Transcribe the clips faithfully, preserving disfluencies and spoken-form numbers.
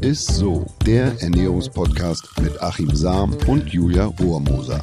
ist so, der Ernährungspodcast mit Achim Sam und Julia Rohrmoser.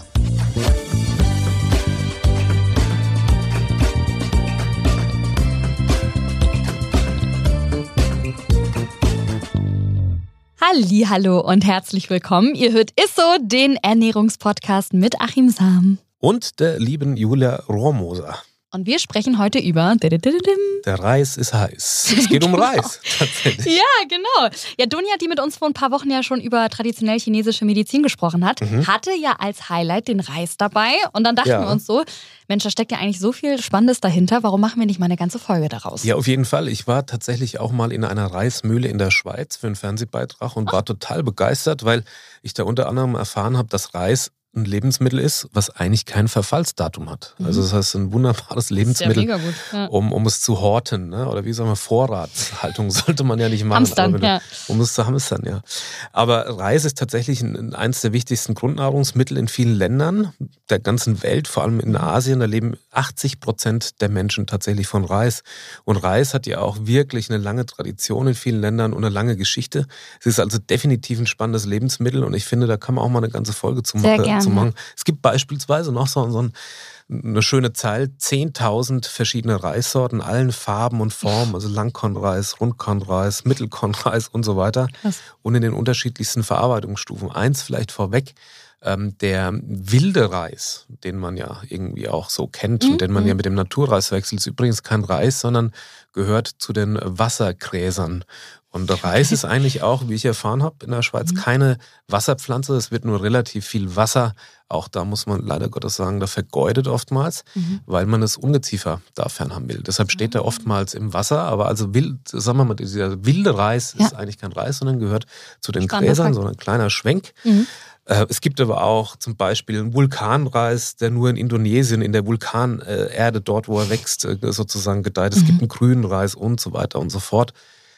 Hallihallo und herzlich willkommen. Ihr hört Ist so, den Ernährungspodcast mit Achim Sam. Und der lieben Julia Rohrmoser. Und wir sprechen heute über... Der Reis ist heiß. Es geht genau. um Reis, tatsächlich. Ja, genau. Ja, Dunja, die mit uns vor ein paar Wochen ja schon über traditionell chinesische Medizin gesprochen hat, mhm. hatte ja als Highlight den Reis dabei. Und dann dachten ja. wir uns so, Mensch, da steckt ja eigentlich so viel Spannendes dahinter. Warum machen wir nicht mal eine ganze Folge daraus? Ja, auf jeden Fall. Ich war tatsächlich auch mal in einer Reismühle in der Schweiz für einen Fernsehbeitrag und Ach. war total begeistert, weil ich da unter anderem erfahren habe, dass Reis ein Lebensmittel ist, was eigentlich kein Verfallsdatum hat. Mhm. Also das heißt, ein wunderbares Lebensmittel, ja mega gut. Ja. um, um es zu horten. Ne? Oder wie sagen wir, Vorratshaltung sollte man ja nicht machen. Hamstern, aber, ja. Um es zu hamstern, ja. Aber Reis ist tatsächlich ein, eines der wichtigsten Grundnahrungsmittel in vielen Ländern der ganzen Welt, vor allem in Asien. Da leben achtzig Prozent der Menschen tatsächlich von Reis. Und Reis hat ja auch wirklich eine lange Tradition in vielen Ländern und eine lange Geschichte. Es ist also definitiv ein spannendes Lebensmittel und ich finde, da kann man auch mal eine ganze Folge zu machen. Sehr gerne. Zu machen. Es gibt beispielsweise noch so, so ein, eine schöne Zahl, zehntausend verschiedene Reissorten, allen Farben und Formen, also Langkornreis, Rundkornreis, Mittelkornreis und so weiter. Krass. Und in den unterschiedlichsten Verarbeitungsstufen. Eins vielleicht vorweg, ähm, der wilde Reis, den man ja irgendwie auch so kennt mhm. und den man ja mit dem Naturreis wechselt, ist übrigens kein Reis, sondern gehört zu den Wassergräsern. Und Reis ist eigentlich auch, wie ich erfahren habe, in der Schweiz mhm. keine Wasserpflanze. Es wird nur relativ viel Wasser, auch da muss man leider Gottes sagen, da vergeudet oftmals, mhm. weil man das Ungeziefer da fernhaben will. Deshalb steht er oftmals im Wasser. Aber also wild, sagen wir mal, dieser wilde Reis ja. ist eigentlich kein Reis, sondern gehört zu den Spannend Gräsern, so ein kleiner Schwenk. Mhm. Es gibt aber auch zum Beispiel einen Vulkanreis, der nur in Indonesien, in der Vulkanerde, dort wo er wächst, sozusagen gedeiht. Es mhm. gibt einen grünen Reis und so weiter und so fort.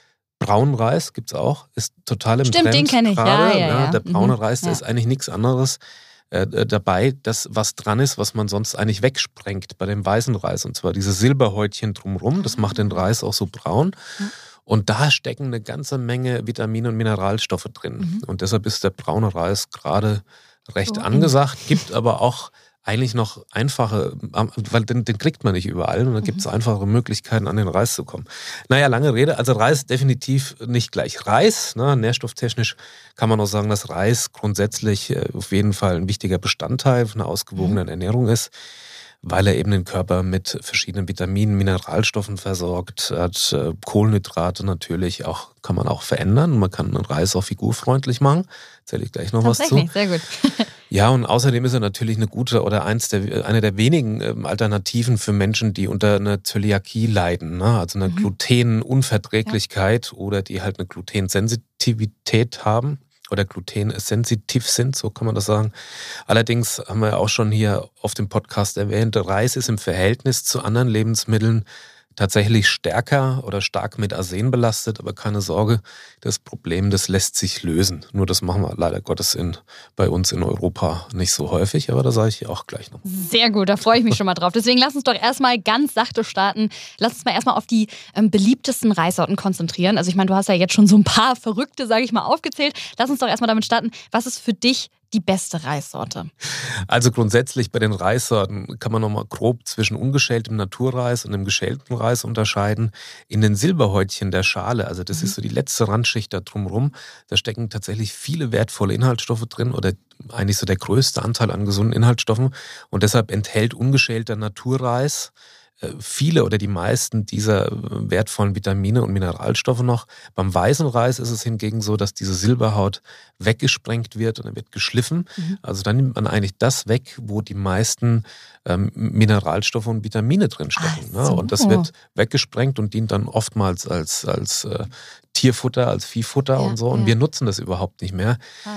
Braunreis gibt es auch, ist total im Stimmt, Trend. Den kenne ich, ja, ja, ja. Der braune mhm. Reis, der ja. ist eigentlich nichts anderes äh, dabei, das was dran ist, was man sonst eigentlich wegsprengt bei dem weißen Reis. Und zwar diese Silberhäutchen drumherum, das macht den Reis auch so braun. Mhm. Und da stecken eine ganze Menge Vitamine und Mineralstoffe drin. Mhm. Und deshalb ist der braune Reis gerade recht so angesagt, gibt aber auch eigentlich noch einfache, weil den, den kriegt man nicht überall und da gibt es einfache Möglichkeiten, an den Reis zu kommen. Naja, lange Rede, also Reis definitiv nicht gleich Reis. Ne? Nährstofftechnisch kann man auch sagen, dass Reis grundsätzlich auf jeden Fall ein wichtiger Bestandteil einer ausgewogenen Ernährung ist, weil er eben den Körper mit verschiedenen Vitaminen, Mineralstoffen versorgt hat, Kohlenhydrate natürlich auch, kann man auch verändern. Man kann einen Reis auch figurfreundlich machen. Erzähle ich gleich noch was zu. Sehr gut. Ja, und außerdem ist er natürlich eine gute oder eins der, eine der wenigen Alternativen für Menschen, die unter einer Zöliakie leiden, ne? Also eine mhm. Glutenunverträglichkeit ja. oder die halt eine Glutensensitivität haben oder glutensensitiv sind, so kann man das sagen. Allerdings haben wir auch schon hier auf dem Podcast erwähnt, Reis ist im Verhältnis zu anderen Lebensmitteln tatsächlich stärker oder stark mit Arsen belastet, aber keine Sorge, das Problem, das lässt sich lösen. Nur das machen wir leider Gottes in, bei uns in Europa nicht so häufig, aber da sage ich auch gleich noch. Sehr gut, da freue ich mich schon mal drauf. Deswegen lass uns doch erstmal ganz sachte starten. Lass uns mal erstmal auf die ähm, beliebtesten Reissorten konzentrieren. Also ich meine, du hast ja jetzt schon so ein paar verrückte, sage ich mal, aufgezählt. Lass uns doch erstmal damit starten. Was ist für dich die beste Reissorte? Also grundsätzlich bei den Reissorten kann man nochmal grob zwischen ungeschältem Naturreis und dem geschälten Reis unterscheiden. In den Silberhäutchen der Schale, also das mhm. ist so die letzte Randschicht da drumherum, da stecken tatsächlich viele wertvolle Inhaltsstoffe drin oder eigentlich so der größte Anteil an gesunden Inhaltsstoffen und deshalb enthält ungeschälter Naturreis viele oder die meisten dieser wertvollen Vitamine und Mineralstoffe noch. Beim weißen Reis ist es hingegen so, dass diese Silberhaut weggesprengt wird und er wird geschliffen. Mhm. Also dann nimmt man eigentlich das weg, wo die meisten ähm, Mineralstoffe und Vitamine drin stecken. So. Ne? Und das wird weggesprengt und dient dann oftmals als, als äh, Tierfutter, als Viehfutter ja, und so. Und ja. wir nutzen das überhaupt nicht mehr. Schade.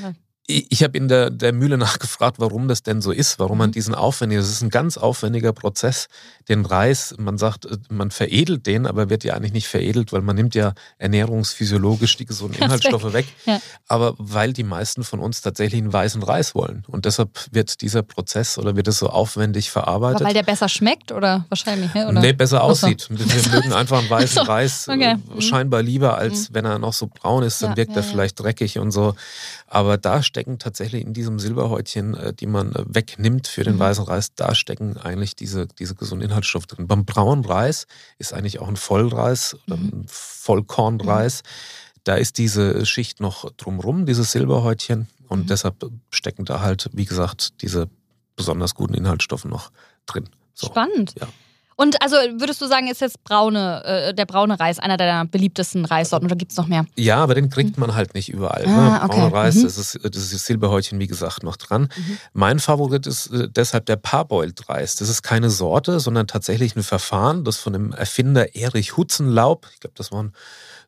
Ich habe in der, der Mühle nachgefragt, warum das denn so ist, warum man diesen aufwendigen, das ist ein ganz aufwendiger Prozess, den Reis, man sagt, man veredelt den, aber wird ja eigentlich nicht veredelt, weil man nimmt ja ernährungsphysiologisch die gesunden Inhaltsstoffe weg, ja. aber weil die meisten von uns tatsächlich einen weißen Reis wollen und deshalb wird dieser Prozess oder wird es so aufwendig verarbeitet. Aber weil der besser schmeckt oder wahrscheinlich? Ne? Oder? Nee, besser aussieht. So. Wir mögen einfach einen weißen so. Reis okay. äh, scheinbar lieber, als mhm. wenn er noch so braun ist, dann ja, wirkt ja, er vielleicht ja. dreckig und so, aber da stecken tatsächlich in diesem Silberhäutchen, die man wegnimmt für den mhm. weißen Reis, da stecken eigentlich diese, diese gesunden Inhaltsstoffe drin. Beim braunen Reis ist eigentlich auch ein Vollreis oder ein Vollkornreis. Mhm. Da ist diese Schicht noch drumrum, dieses Silberhäutchen. Und mhm. deshalb stecken da halt, wie gesagt, diese besonders guten Inhaltsstoffe noch drin. So. Spannend. Ja. Und also würdest du sagen, ist jetzt braune, äh, der braune Reis einer deiner beliebtesten Reissorten oder gibt es noch mehr? Ja, aber den kriegt man halt nicht überall. Ah, ne? Brauner okay. Reis, mhm. das ist das ist Silberhäutchen, wie gesagt, noch dran. Mhm. Mein Favorit ist äh, deshalb der Parboiled Reis. Das ist keine Sorte, sondern tatsächlich ein Verfahren, das von dem Erfinder Erich Hutzenlaub, ich glaube, das war ein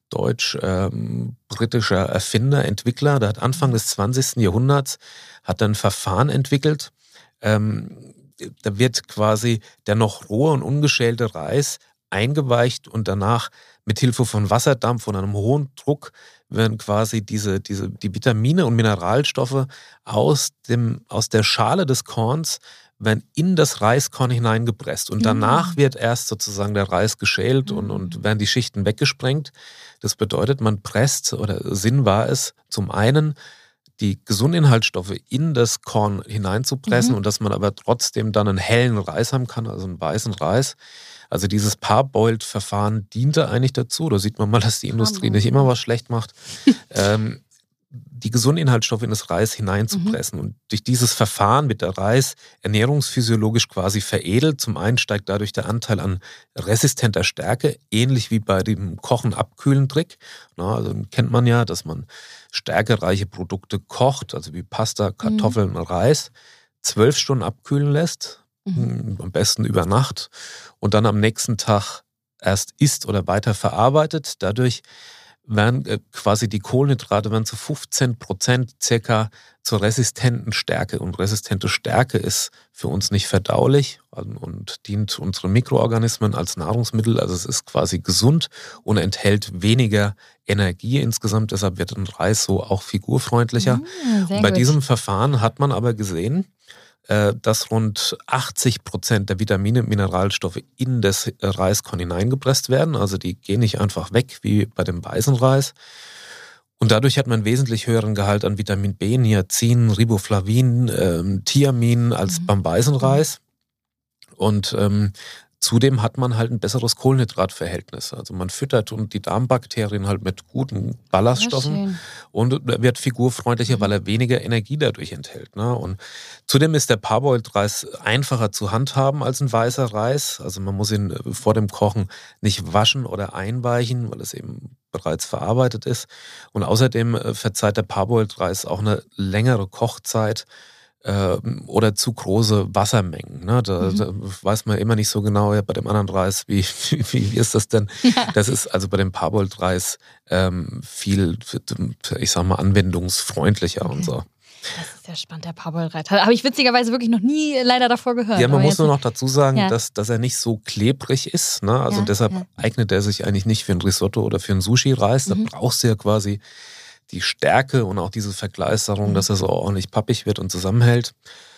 deutsch-britischer ähm, Erfinder, Entwickler, der hat Anfang des zwanzigsten Jahrhunderts hat ein Verfahren entwickelt, ähm, da wird quasi der noch rohe und ungeschälte Reis eingeweicht und danach mit Hilfe von Wasserdampf und einem hohen Druck werden quasi diese, diese, die Vitamine und Mineralstoffe aus, dem, aus der Schale des Korns werden in das Reiskorn hineingepresst. Und danach mhm. wird erst sozusagen der Reis geschält mhm. und, und werden die Schichten weggesprengt. Das bedeutet, man presst, oder Sinn war es, zum einen die gesunden Inhaltsstoffe in das Korn hineinzupressen mhm. und dass man aber trotzdem dann einen hellen Reis haben kann, also einen weißen Reis. Also dieses Parboiled-Verfahren diente eigentlich dazu. Da sieht man mal, dass die Industrie nicht immer was schlecht macht. ähm, die gesunden Inhaltsstoffe in das Reis hineinzupressen. Mhm. Und durch dieses Verfahren wird der Reis ernährungsphysiologisch quasi veredelt. Zum einen steigt dadurch der Anteil an resistenter Stärke, ähnlich wie bei dem Kochen-Abkühlen-Trick. Na, also kennt man ja, dass man stärkereiche Produkte kocht, also wie Pasta, Kartoffeln mhm. und Reis, zwölf Stunden abkühlen lässt, mhm. am besten über Nacht, und dann am nächsten Tag erst isst oder weiter verarbeitet. Dadurch werden äh, quasi die Kohlenhydrate werden zu fünfzehn Prozent circa zur resistenten Stärke. Und resistente Stärke ist für uns nicht verdaulich und dient unseren Mikroorganismen als Nahrungsmittel. Also es ist quasi gesund und enthält weniger Energie insgesamt. Deshalb wird ein Reis so auch figurfreundlicher. Mm, und bei gut. diesem Verfahren hat man aber gesehen, dass rund achtzig Prozent der Vitamine und Mineralstoffe in das Reiskorn hineingepresst werden. Also die gehen nicht einfach weg wie bei dem weißen Reis. Und dadurch hat man einen wesentlich höheren Gehalt an Vitamin B, Niacin, Riboflavin, ähm, Thiamin als mhm. beim weißen Reis. Und ähm, zudem hat man halt ein besseres Kohlenhydratverhältnis. Also man füttert und die Darmbakterien halt mit guten Ballaststoffen und wird figurfreundlicher, mhm. weil er weniger Energie dadurch enthält. Ne? Und zudem ist der Parboiled-Reis einfacher zu handhaben als ein weißer Reis. Also man muss ihn vor dem Kochen nicht waschen oder einweichen, weil es eben bereits verarbeitet ist. Und außerdem verzeiht der Parboiled-Reis auch eine längere Kochzeit oder zu große Wassermengen. Ne? Da, mhm. da weiß man immer nicht so genau, ja, bei dem anderen Reis, wie, wie, wie ist das denn? Ja. Das ist also bei dem Parboiled-Reis ähm, viel, ich sag mal, anwendungsfreundlicher okay. und so. Das ist ja spannend, der Parboiled-Reis. Habe ich witzigerweise wirklich noch nie leider davor gehört. Ja, man aber muss nur noch dazu sagen, ja. dass, dass er nicht so klebrig ist. Ne? Also ja, deshalb ja. eignet er sich eigentlich nicht für ein Risotto oder für einen Sushi-Reis. Da mhm. brauchst du ja quasi die Stärke und auch diese Verkleisterung, mhm. dass er so ordentlich pappig wird und zusammenhält.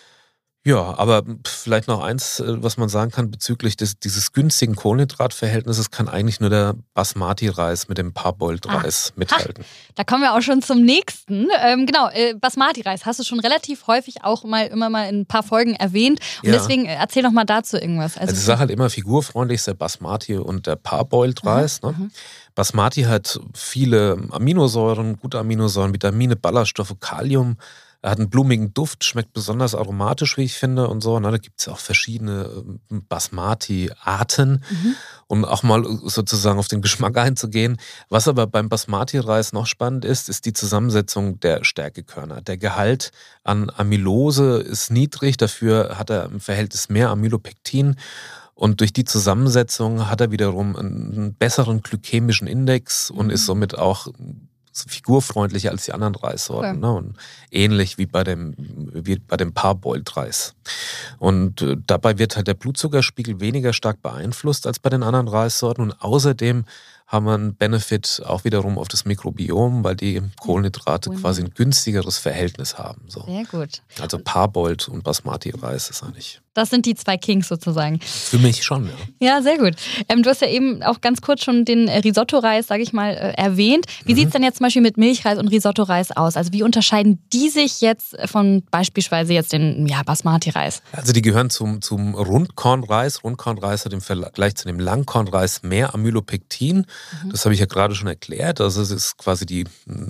Ja, aber vielleicht noch eins, was man sagen kann bezüglich des, dieses günstigen Kohlenhydratverhältnisses, kann eigentlich nur der Basmati-Reis mit dem Parboiled-Reis ah. mithalten. Ach, da kommen wir auch schon zum nächsten. Ähm, genau, äh, Basmati-Reis hast du schon relativ häufig auch mal immer mal in ein paar Folgen erwähnt. Und ja. deswegen erzähl doch mal dazu irgendwas. Also, also ich sage halt immer figurfreundlich ist der Basmati und der Parboiled-Reis. Ne? Mhm. Basmati hat viele Aminosäuren, gute Aminosäuren, Vitamine, Ballaststoffe, Kalium. Er hat einen blumigen Duft, schmeckt besonders aromatisch, wie ich finde, und so. Na, da gibt es ja auch verschiedene Basmati-Arten, mhm. um auch mal sozusagen auf den Geschmack einzugehen. Was aber beim Basmati-Reis noch spannend ist, ist die Zusammensetzung der Stärkekörner. Der Gehalt an Amylose ist niedrig, dafür hat er im Verhältnis mehr Amylopektin. Und durch die Zusammensetzung hat er wiederum einen besseren glykämischen Index und ist somit auch figurfreundlicher als die anderen Reissorten. Okay. Ne? Und ähnlich wie bei dem, wie bei dem Parboiled Reis. Und äh, dabei wird halt der Blutzuckerspiegel weniger stark beeinflusst als bei den anderen Reissorten. Und außerdem haben wir einen Benefit auch wiederum auf das Mikrobiom, weil die Kohlenhydrate ja, quasi ein günstigeres Verhältnis haben. So. Sehr gut. Also Parboiled und Basmati-Reis ist eigentlich... Das sind die zwei Kings sozusagen. Für mich schon, ja. Ja, sehr gut. Ähm, du hast ja eben auch ganz kurz schon den Risotto-Reis, sage ich mal, äh, erwähnt. Wie mhm. sieht es denn jetzt zum Beispiel mit Milchreis und Risotto-Reis aus? Also wie unterscheiden die sich jetzt von beispielsweise jetzt den ja, Basmati-Reis? Also die gehören zum, zum Rundkornreis. Rundkornreis hat im Vergleich zu dem Langkornreis mehr Amylopektin. Mhm. Das habe ich ja gerade schon erklärt. Also es ist quasi die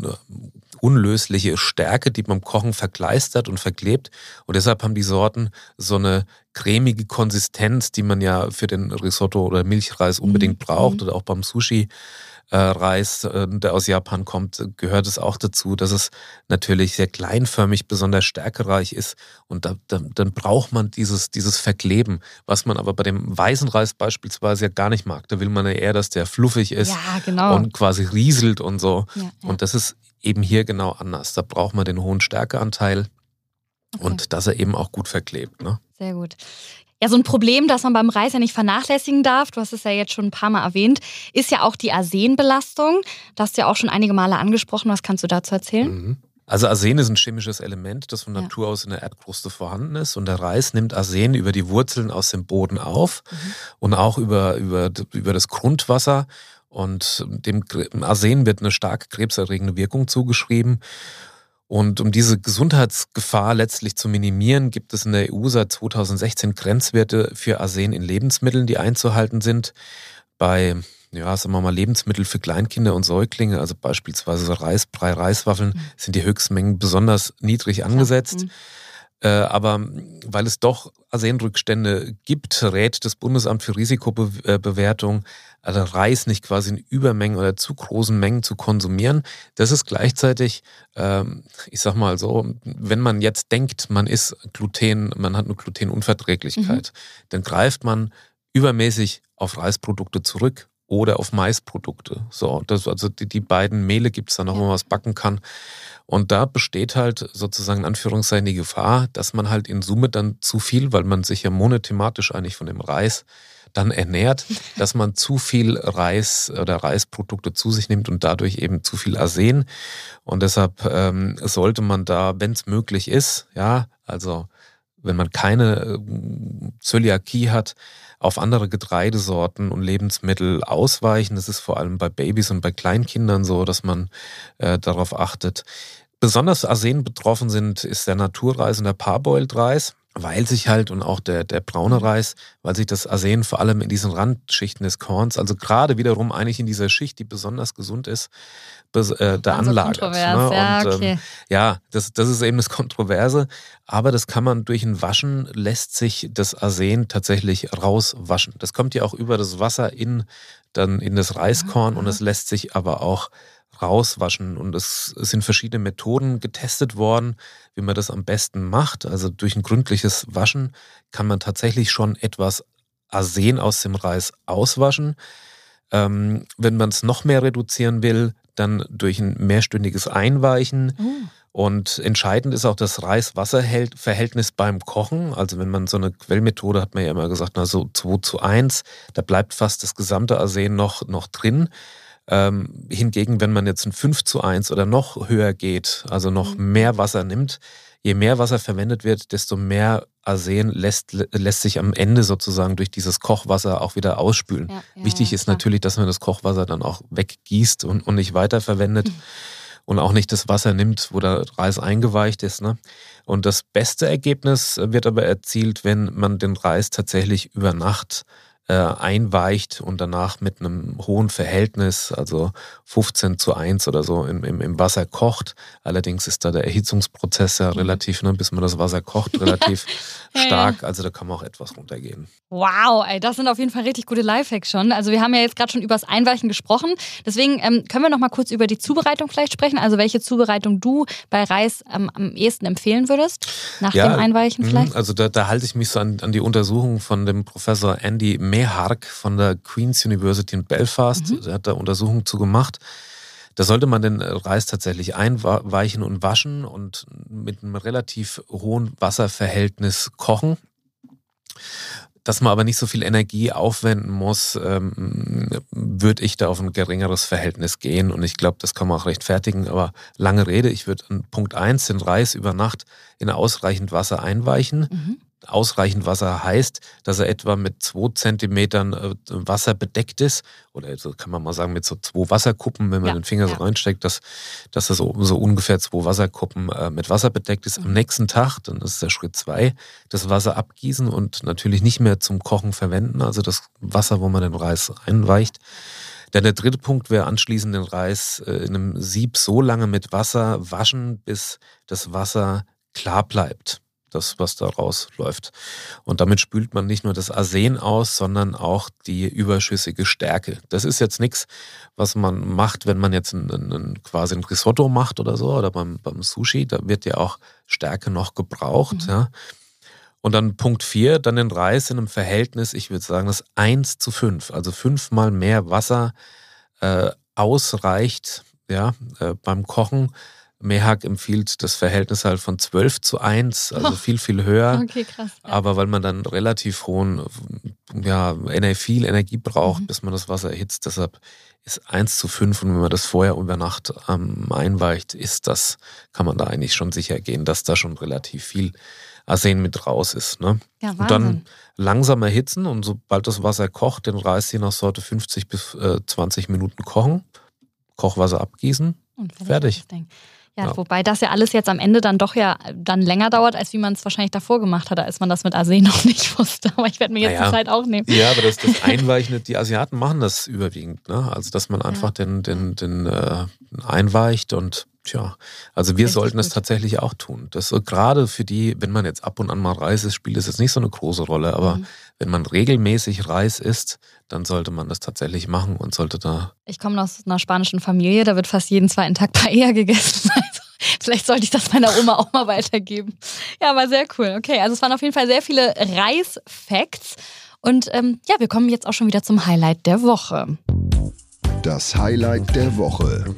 unlösliche Stärke, die beim Kochen verkleistert und verklebt. Und deshalb haben die Sorten so eine cremige Konsistenz, die man ja für den Risotto oder Milchreis unbedingt mhm. braucht. Oder auch beim Sushi-Reis, der aus Japan kommt, gehört es auch dazu, dass es natürlich sehr kleinförmig, besonders stärkereich ist. Und da, da, dann braucht man dieses, dieses Verkleben, was man aber bei dem weißen Reis beispielsweise ja gar nicht mag. Da will man ja eher, dass der fluffig ist ja, genau. und quasi rieselt und so. Ja, ja. Und das ist eben hier genau anders. Da braucht man den hohen Stärkeanteil okay. und dass er eben auch gut verklebt. Ne? Sehr gut. Ja, so ein Problem, das man beim Reis ja nicht vernachlässigen darf, du hast es ja jetzt schon ein paar Mal erwähnt, ist ja auch die Arsenbelastung. Das hast du ja auch schon einige Male angesprochen. Was kannst du dazu erzählen? Mhm. Also Arsen ist ein chemisches Element, das von ja. Natur aus in der Erdkruste vorhanden ist. Und der Reis nimmt Arsen über die Wurzeln aus dem Boden auf mhm. und auch über, über, über das Grundwasser. Und dem Arsen wird eine stark krebserregende Wirkung zugeschrieben. Und um diese Gesundheitsgefahr letztlich zu minimieren, gibt es in der E U seit zweitausendsechzehn Grenzwerte für Arsen in Lebensmitteln, die einzuhalten sind. Bei, ja, sagen wir mal, Lebensmittel für Kleinkinder und Säuglinge, also beispielsweise Reisbrei, Reiswaffeln, mhm. sind die Höchstmengen besonders niedrig angesetzt. Mhm. Äh, aber weil es doch Arsenrückstände gibt, rät das Bundesamt für Risikobewertung, also Reis nicht quasi in Übermengen oder zu großen Mengen zu konsumieren. Das ist gleichzeitig, ähm, ich sag mal so, wenn man jetzt denkt, man isst Gluten, man hat eine Glutenunverträglichkeit, mhm. dann greift man übermäßig auf Reisprodukte zurück oder auf Maisprodukte. So, das, also die, die beiden Mehle gibt es dann noch, ja. wo man was backen kann. Und da besteht halt sozusagen in Anführungszeichen die Gefahr, dass man halt in Summe dann zu viel, weil man sich ja monothematisch eigentlich von dem Reis dann ernährt, dass man zu viel Reis oder Reisprodukte zu sich nimmt und dadurch eben zu viel Arsen. Und deshalb ähm, sollte man da, wenn es möglich ist, ja, also wenn man keine Zöliakie hat, auf andere Getreidesorten und Lebensmittel ausweichen. Das ist vor allem bei Babys und bei Kleinkindern so, dass man äh, darauf achtet. Besonders Arsen betroffen sind, ist der Naturreis und der Parboiled Reis, weil sich halt, und auch der, der braune Reis, weil sich das Arsen vor allem in diesen Randschichten des Korns, also gerade wiederum eigentlich in dieser Schicht, die besonders gesund ist, bes, äh, da also anlagert. Kontrovers, ne? ja, und, okay. ähm, ja, das, das ist eben das Kontroverse, aber das kann man durch ein Waschen, lässt sich das Arsen tatsächlich rauswaschen. Das kommt ja auch über das Wasser in, dann in das Reiskorn, mhm. und es lässt sich aber auch rauswaschen. Und es sind verschiedene Methoden getestet worden, wie man das am besten macht. Also durch ein gründliches Waschen kann man tatsächlich schon etwas Arsen aus dem Reis auswaschen. Ähm, wenn man es noch mehr reduzieren will, dann durch ein mehrstündiges Einweichen. Mhm. Und entscheidend ist auch das Reis-Wasser-Verhältnis beim Kochen. Also wenn man so eine Quellmethode, hat man ja immer gesagt, na so zwei zu eins, da bleibt fast das gesamte Arsen noch, noch drin. Ähm, hingegen, wenn man jetzt ein fünf zu eins oder noch höher geht, also noch mhm. mehr Wasser nimmt, je mehr Wasser verwendet wird, desto mehr Arsen lässt, lässt sich am Ende sozusagen durch dieses Kochwasser auch wieder ausspülen. Ja, ja, Wichtig ja, ist natürlich, dass man das Kochwasser dann auch weggießt und, und nicht weiterverwendet. Mhm. Und auch nicht das Wasser nimmt, wo der Reis eingeweicht ist. Ne? Und das beste Ergebnis wird aber erzielt, wenn man den Reis tatsächlich über Nacht äh, einweicht und danach mit einem hohen Verhältnis, also fünfzehn zu eins oder so, im, im, im Wasser kocht. Allerdings ist da der Erhitzungsprozess ja relativ, ne, bis man das Wasser kocht, relativ ja, stark. Also da kann man auch etwas runtergehen. Wow, ey, das sind auf jeden Fall richtig gute Lifehacks schon. Also wir haben ja jetzt gerade schon über das Einweichen gesprochen. Deswegen ähm, können wir noch mal kurz über die Zubereitung vielleicht sprechen. Also welche Zubereitung du bei Reis ähm, am ehesten empfehlen würdest, nach ja, dem Einweichen vielleicht? Also da, da halte ich mich so an, an die Untersuchung von dem Professor Andy Mehark von der Queen's University in Belfast. Mhm. Der hat da Untersuchungen zu gemacht. Da sollte man den Reis tatsächlich einweichen und waschen und mit einem relativ hohen Wasserverhältnis kochen. Dass man aber nicht so viel Energie aufwenden muss, ähm, würde ich da auf ein geringeres Verhältnis gehen. Und ich glaube, das kann man auch rechtfertigen. Aber lange Rede, ich würde an Punkt eins den Reis über Nacht in ausreichend Wasser einweichen. Mhm. Ausreichend Wasser heißt, dass er etwa mit zwei Zentimetern Wasser bedeckt ist. Oder so kann man mal sagen, mit so zwei Wasserkuppen, wenn man ja, den Finger ja. so reinsteckt, dass, dass er so, so ungefähr zwei Wasserkuppen äh, mit Wasser bedeckt ist. Mhm. Am nächsten Tag, dann ist der Schritt zwei, das Wasser abgießen und natürlich nicht mehr zum Kochen verwenden. Also das Wasser, wo man den Reis einweicht. Dann der dritte Punkt wäre anschließend den Reis äh, in einem Sieb so lange mit Wasser waschen, bis das Wasser klar bleibt. Das, was da rausläuft. Und damit spült man nicht nur das Arsen aus, sondern auch die überschüssige Stärke. Das ist jetzt nichts, was man macht, wenn man jetzt ein, ein, quasi ein Risotto macht oder so, oder beim, beim Sushi, da wird ja auch Stärke noch gebraucht. Mhm. Ja. Und dann Punkt vier, dann den Reis in einem Verhältnis, ich würde sagen, das eins zu fünf, also fünfmal mehr Wasser äh, ausreicht ja, äh, beim Kochen. Mehak empfiehlt das Verhältnis halt von zwölf zu eins, also oh. viel, viel höher. Okay, krass. Ja. Aber weil man dann relativ hohen, ja, viel Energie braucht, mhm. bis man das Wasser erhitzt, deshalb ist eins zu fünf und wenn man das vorher über Nacht ähm, einweicht, ist das, kann man da eigentlich schon sicher gehen, dass da schon relativ viel Arsen mit raus ist. Ne? Ja, Wahnsinn. Und dann langsam erhitzen und sobald das Wasser kocht, den Reis je nach Sorte fünfzig bis zwanzig Minuten kochen, Kochwasser abgießen, und fertig. Ja, ja, wobei das ja alles jetzt am Ende dann doch ja dann länger dauert, als wie man es wahrscheinlich davor gemacht hat, als man das mit Arsen noch nicht wusste. Aber ich werde mir jetzt naja. die Zeit auch nehmen. Ja, aber das, das Einweichen, die Asiaten machen das überwiegend. Ne? Also, dass man einfach ja. den, den, den äh, einweicht und tja, also wir Richtig sollten es tatsächlich auch tun. Das so, gerade für die, wenn man jetzt ab und an mal Reis isst, spielt es jetzt nicht so eine große Rolle, aber mhm. wenn man regelmäßig Reis isst, dann sollte man das tatsächlich machen und sollte da... Ich komme aus einer spanischen Familie, da wird fast jeden zweiten Tag Paella gegessen. Also vielleicht sollte ich das meiner Oma auch mal weitergeben. Ja, aber sehr cool. Okay, also es waren auf jeden Fall sehr viele Reis-Facts. Und ähm, ja, wir kommen jetzt auch schon wieder zum Highlight der Woche. Das Highlight der Woche.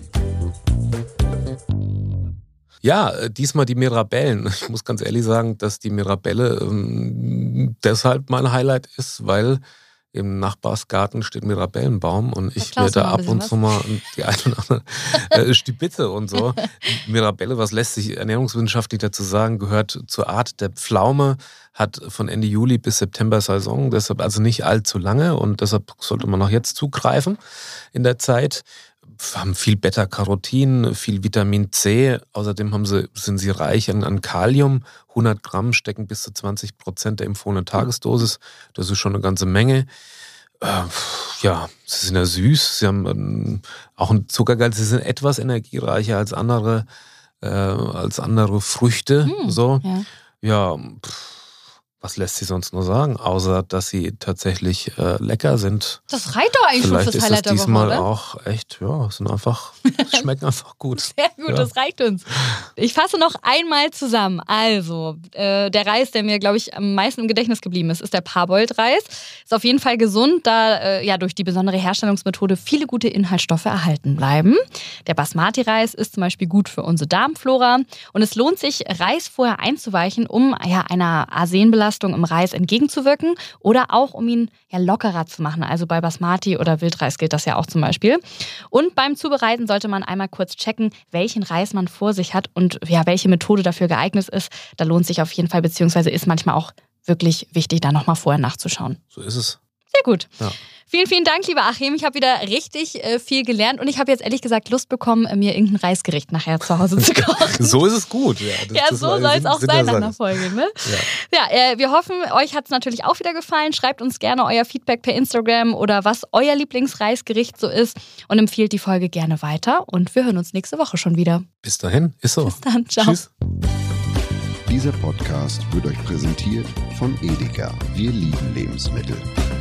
Ja, diesmal die Mirabellen. Ich muss ganz ehrlich sagen, dass die Mirabelle ähm, deshalb mein Highlight ist, weil im Nachbarsgarten steht ein Mirabellenbaum und ich werde ab und zu mal die eine oder andere äh, Stibitze und so. Mirabelle, was lässt sich ernährungswissenschaftlich dazu sagen, gehört zur Art der Pflaume, hat von Ende Juli bis September Saison, deshalb also nicht allzu lange und deshalb sollte man auch jetzt zugreifen in der Zeit. Haben viel Beta-Carotin, viel Vitamin C. Außerdem haben sie, sind sie reich an, an Kalium. hundert Gramm stecken bis zu zwanzig Prozent der empfohlenen Tagesdosis. Das ist schon eine ganze Menge. Äh, ja, sie sind ja süß. Sie haben ähm, auch einen Zuckergehalt. Sie sind etwas energiereicher als andere, äh, als andere Früchte. Hm, so. Ja, ja pff. Was lässt sie sonst nur sagen, außer dass sie tatsächlich äh, lecker sind. Das reicht doch eigentlich Vielleicht schon fürs Highlight der Woche, diesmal oder? auch echt, ja, sind einfach, schmecken einfach gut. Sehr gut, ja. Das reicht uns. Ich fasse noch einmal zusammen. Also, äh, der Reis, der mir, glaube ich, am meisten im Gedächtnis geblieben ist, ist der Parboiled-Reis. Ist auf jeden Fall gesund, da äh, ja durch die besondere Herstellungsmethode viele gute Inhaltsstoffe erhalten bleiben. Der Basmati-Reis ist zum Beispiel gut für unsere Darmflora. Und es lohnt sich, Reis vorher einzuweichen, um ja einer Arsenbelastung im Reis entgegenzuwirken oder auch um ihn ja lockerer zu machen. Also bei Basmati oder Wildreis gilt das ja auch zum Beispiel. Und beim Zubereiten sollte man einmal kurz checken, welchen Reis man vor sich hat und ja, welche Methode dafür geeignet ist. Da lohnt sich auf jeden Fall, beziehungsweise ist manchmal auch wirklich wichtig, da nochmal vorher nachzuschauen. So ist es. Sehr gut. Ja. Vielen, vielen Dank, lieber Achim. Ich habe wieder richtig äh, viel gelernt und ich habe jetzt ehrlich gesagt Lust bekommen, mir irgendein Reisgericht nachher zu Hause zu kochen. So ist es gut. Ja, das, ja das so soll es auch Sinn sein nach einer Folge. Ne? Ja, ja äh, wir hoffen, euch hat es natürlich auch wieder gefallen. Schreibt uns gerne euer Feedback per Instagram oder was euer Lieblingsreisgericht so ist und empfiehlt die Folge gerne weiter. Und wir hören uns nächste Woche schon wieder. Bis dahin, ist so. Bis dann, ciao. Tschüss. Dieser Podcast wird euch präsentiert von Edeka. Wir lieben Lebensmittel.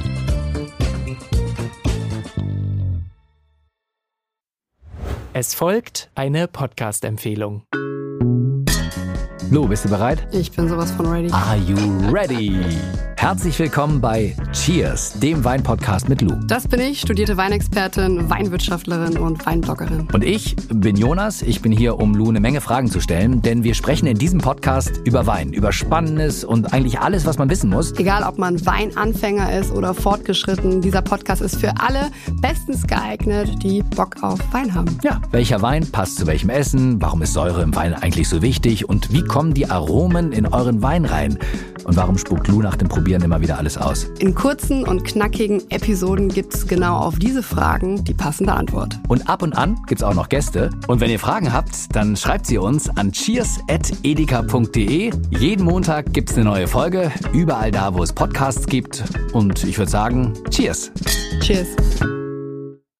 Es folgt eine Podcast-Empfehlung. Lo, bist du bereit? Ich bin sowas von ready. Are you ready? Herzlich willkommen bei Cheers, dem Weinpodcast mit Lou. Das bin ich, studierte Weinexpertin, Weinwirtschaftlerin und Weinbloggerin. Und ich bin Jonas. Ich bin hier, um Lou eine Menge Fragen zu stellen, denn wir sprechen in diesem Podcast über Wein, über Spannendes und eigentlich alles, was man wissen muss. Egal, ob man Weinanfänger ist oder fortgeschritten, dieser Podcast ist für alle bestens geeignet, die Bock auf Wein haben. Ja, welcher Wein passt zu welchem Essen? Warum ist Säure im Wein eigentlich so wichtig? Und wie kommen die Aromen in euren Wein rein? Und warum spuckt Lou nach dem Probieren immer wieder alles aus? In kurzen und knackigen Episoden gibt es genau auf diese Fragen die passende Antwort. Und ab und an gibt es auch noch Gäste. Und wenn ihr Fragen habt, dann schreibt sie uns an cheers at edeka punkt de. Jeden Montag gibt es eine neue Folge, überall da, wo es Podcasts gibt. Und ich würde sagen, Cheers! Cheers!